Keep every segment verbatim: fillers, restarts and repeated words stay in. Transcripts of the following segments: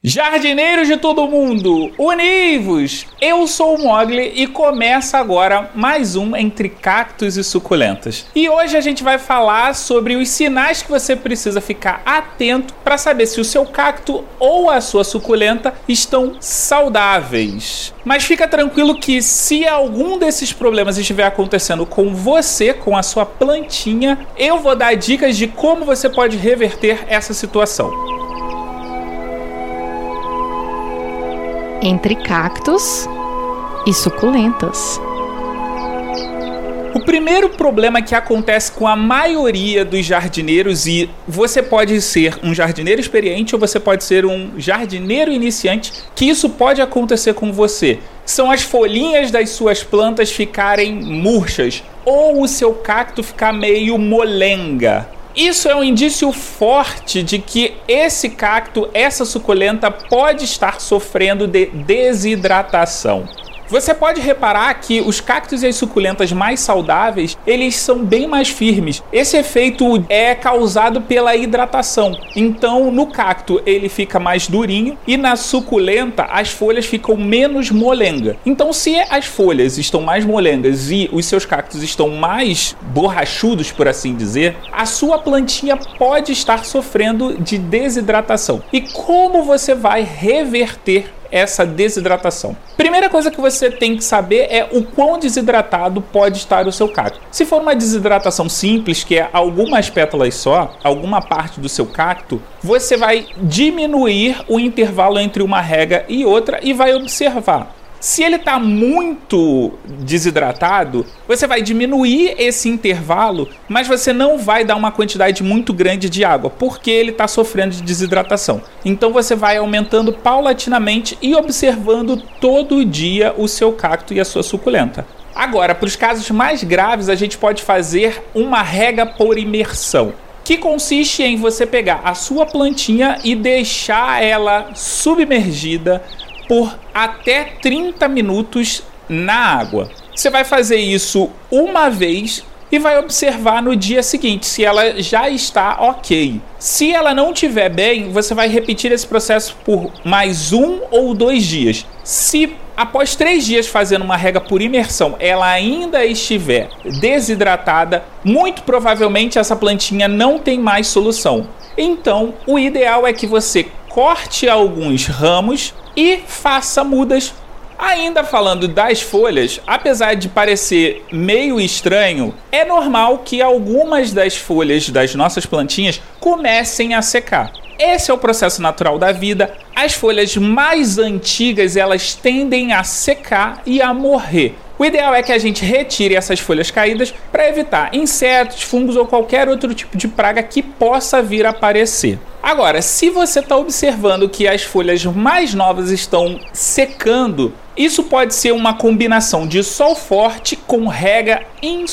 Jardineiros de todo mundo, univos! Eu sou o Mogli e começa agora mais um Entre Cactos e Suculentas. E hoje a gente vai falar sobre os sinais que você precisa ficar atento para saber se o seu cacto ou a sua suculenta estão saudáveis. Mas fica tranquilo que se algum desses problemas estiver acontecendo com você, com a sua plantinha, eu vou dar dicas de como você pode reverter essa situação. Entre cactos e suculentas. O primeiro problema que acontece com a maioria dos jardineiros, e você pode ser um jardineiro experiente ou você pode ser um jardineiro iniciante, que isso pode acontecer com você, são as folhinhas das suas plantas ficarem murchas ou o seu cacto ficar meio molenga. Isso é um indício forte de que esse cacto, essa suculenta, pode estar sofrendo de desidratação. Você pode reparar que os cactos e as suculentas mais saudáveis, eles são bem mais firmes. Esse efeito é causado pela hidratação. Então, no cacto, ele fica mais durinho e na suculenta, as folhas ficam menos molenga. Então, se as folhas estão mais molengas e os seus cactos estão mais borrachudos, por assim dizer, a sua plantinha pode estar sofrendo de desidratação. E como você vai reverter essa desidratação? Primeira coisa que você tem que saber é o quão desidratado pode estar o seu cacto. Se for uma desidratação simples, que é algumas pétalas só, alguma parte do seu cacto, você vai diminuir o intervalo entre uma rega e outra e vai observar. Se ele está muito desidratado, você vai diminuir esse intervalo, mas você não vai dar uma quantidade muito grande de água, porque ele está sofrendo de desidratação. Então você vai aumentando paulatinamente e observando todo dia o seu cacto e a sua suculenta. Agora, para os casos mais graves, a gente pode fazer uma rega por imersão, que consiste em você pegar a sua plantinha e deixar ela submergida por até trinta minutos na água. Você vai fazer isso uma vez e vai observar no dia seguinte se ela já está ok. Se ela não estiver bem, você vai repetir esse processo por mais um ou dois dias. Se após três dias fazendo uma rega por imersão, ela ainda estiver desidratada, muito provavelmente essa plantinha não tem mais solução. Então, o ideal é que você corte alguns ramos e faça mudas. Ainda falando das folhas, apesar de parecer meio estranho, é normal que algumas das folhas das nossas plantinhas comecem a secar. Esse é o processo natural da vida. As folhas mais antigas, elas tendem a secar e a morrer. O ideal é que a gente retire essas folhas caídas para evitar insetos, fungos ou qualquer outro tipo de praga que possa vir a aparecer. Agora, se você está observando que as folhas mais novas estão secando, isso pode ser uma combinação de sol forte com rega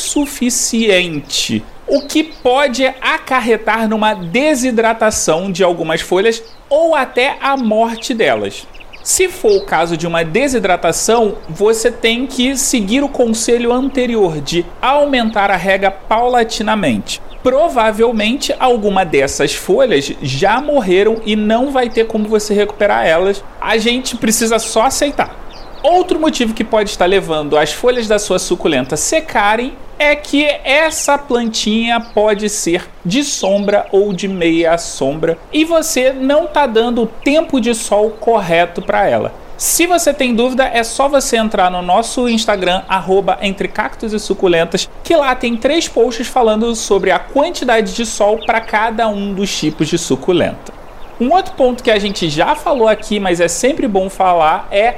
insuficiente, o que pode acarretar numa desidratação de algumas folhas ou até a morte delas. Se for o caso de uma desidratação, você tem que seguir o conselho anterior de aumentar a rega paulatinamente. Provavelmente alguma dessas folhas já morreram e não vai ter como você recuperar elas. A gente precisa só aceitar. Outro motivo que pode estar levando as folhas da sua suculenta secarem é que essa plantinha pode ser de sombra ou de meia sombra e você não está dando o tempo de sol correto para ela. Se você tem dúvida, é só você entrar no nosso Instagram, arroba Entre Cactos e Suculentas, que lá tem três posts falando sobre a quantidade de sol para cada um dos tipos de suculenta. Um outro ponto que a gente já falou aqui, mas é sempre bom falar, é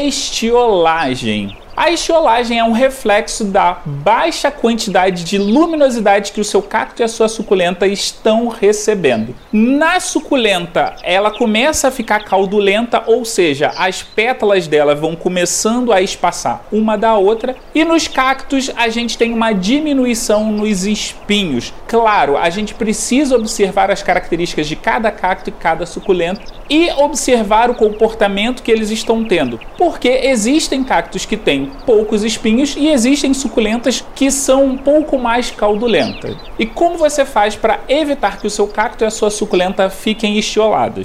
estiolagem. A estiolagem é um reflexo da baixa quantidade de luminosidade que o seu cacto e a sua suculenta estão recebendo. Na suculenta, ela começa a ficar caudulenta, ou seja, as pétalas dela vão começando a espaçar uma da outra, e nos cactos a gente tem uma diminuição nos espinhos. Claro, a gente precisa observar as características de cada cacto e cada suculenta e observar o comportamento que eles estão tendo, porque existem cactos que têm poucos espinhos e existem suculentas que são um pouco mais caudulentas. E como você faz para evitar que o seu cacto e a sua suculenta fiquem estiolados?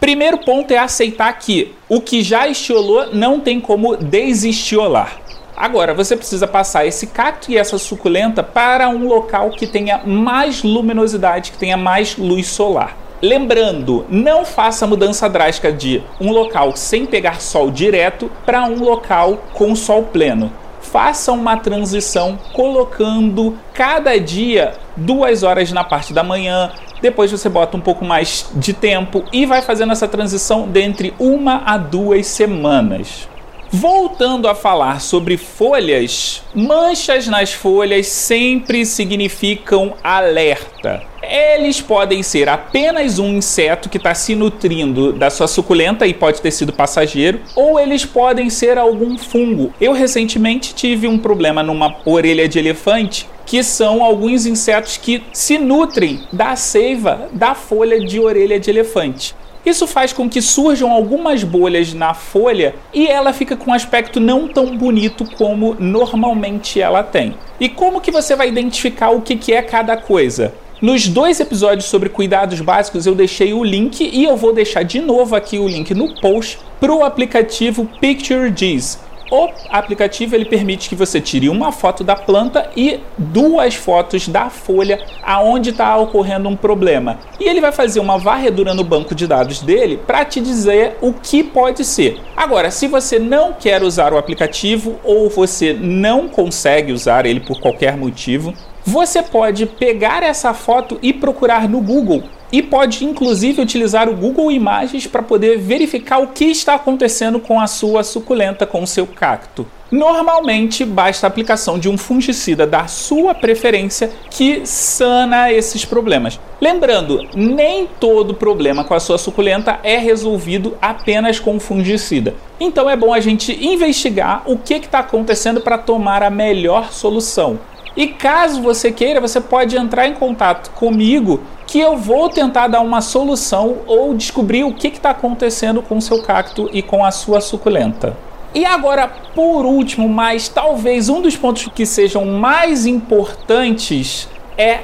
Primeiro ponto é aceitar que o que já estiolou não tem como desestiolar. Agora, você precisa passar esse cacto e essa suculenta para um local que tenha mais luminosidade, que tenha mais luz solar. Lembrando, não faça a mudança drástica de um local sem pegar sol direto para um local com sol pleno. Faça uma transição colocando cada dia duas horas na parte da manhã, depois você bota um pouco mais de tempo e vai fazendo essa transição de entre uma a duas semanas. Voltando a falar sobre folhas, manchas nas folhas sempre significam alerta. Eles podem ser apenas um inseto que está se nutrindo da sua suculenta e pode ter sido passageiro, ou eles podem ser algum fungo. Eu recentemente tive um problema numa orelha de elefante, que são alguns insetos que se nutrem da seiva da folha de orelha de elefante. Isso faz com que surjam algumas bolhas na folha e ela fica com um aspecto não tão bonito como normalmente ela tem. E como que você vai identificar o que que é cada coisa? Nos dois episódios sobre cuidados básicos eu deixei o link e eu vou deixar de novo aqui o link no post para o aplicativo PictureGiz. O aplicativo ele permite que você tire uma foto da planta e duas fotos da folha aonde está ocorrendo um problema. E ele vai fazer uma varredura no banco de dados dele para te dizer o que pode ser. Agora, se você não quer usar o aplicativo ou você não consegue usar ele por qualquer motivo, você pode pegar essa foto e procurar no Google. E pode inclusive utilizar o Google Imagens para poder verificar o que está acontecendo com a sua suculenta, com o seu cacto. Normalmente basta a aplicação de um fungicida da sua preferência que sana esses problemas. Lembrando, nem todo problema com a sua suculenta é resolvido apenas com fungicida. Então é bom a gente investigar o que está acontecendo para tomar a melhor solução. E caso você queira, você pode entrar em contato comigo que eu vou tentar dar uma solução ou descobrir o que está acontecendo com o seu cacto e com a sua suculenta. E agora, por último, mas talvez um dos pontos que sejam mais importantes é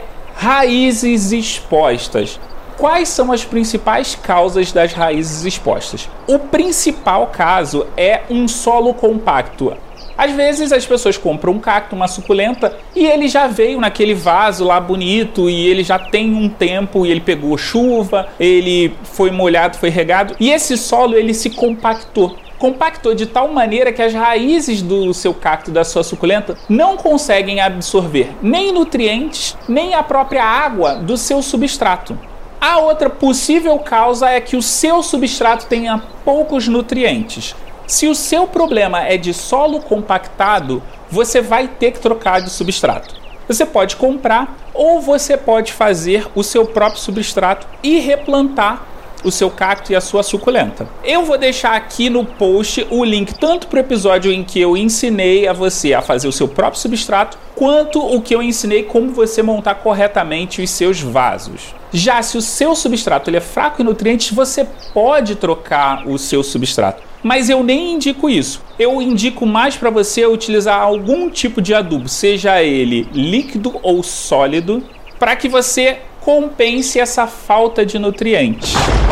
raízes expostas. Quais são as principais causas das raízes expostas? O principal caso é um solo compacto. Às vezes as pessoas compram um cacto, uma suculenta, e ele já veio naquele vaso lá bonito, e ele já tem um tempo, e ele pegou chuva, ele foi molhado, foi regado, e esse solo ele se compactou. Compactou de tal maneira que as raízes do seu cacto, da sua suculenta, não conseguem absorver nem nutrientes, nem a própria água do seu substrato. A outra possível causa é que o seu substrato tenha poucos nutrientes. Se o seu problema é de solo compactado, você vai ter que trocar de substrato. Você pode comprar ou você pode fazer o seu próprio substrato e replantar o seu cacto e a sua suculenta. Eu vou deixar aqui no post o link tanto para o episódio em que eu ensinei a você a fazer o seu próprio substrato, quanto o que eu ensinei como você montar corretamente os seus vasos. Já se o seu substrato ele é fraco em nutrientes, você pode trocar o seu substrato. Mas eu nem indico isso. Eu indico mais para você utilizar algum tipo de adubo, seja ele líquido ou sólido, para que você compense essa falta de nutrientes.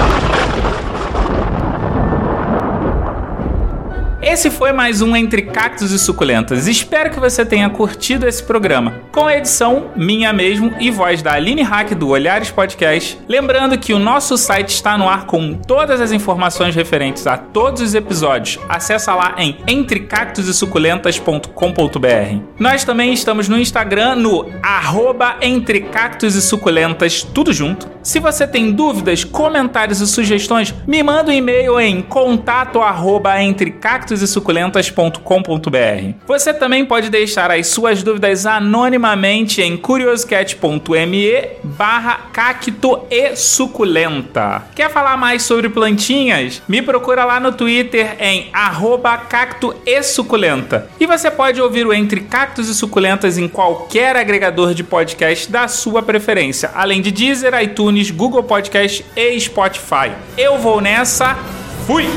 Esse foi mais um Entre Cactos e Suculentas. Espero que você tenha curtido esse programa, com a edição minha mesmo e voz da Aline Hack do Olhares Podcast. Lembrando que o nosso site está no ar com todas as informações referentes a todos os episódios. Acesse lá em entre cactos e suculentas ponto com ponto b r. Nós também estamos no Instagram no arroba entre cactos e suculentas, tudo junto. Se você tem dúvidas, comentários e sugestões, me manda um e-mail em contato arroba entre cactos e suculentas ponto com ponto b r. Você também pode deixar as suas dúvidas anonimamente em curioscat ponto me barra cacto e suculenta. Quer falar mais sobre plantinhas? Me procura lá no Twitter em arroba cacto e suculenta. E você pode ouvir o Entre Cactos e Suculentas em qualquer agregador de podcast da sua preferência, além de Deezer, iTunes, Google Podcast e Spotify. Eu vou nessa, fui!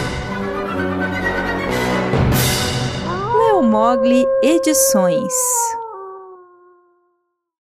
Mogli Edições.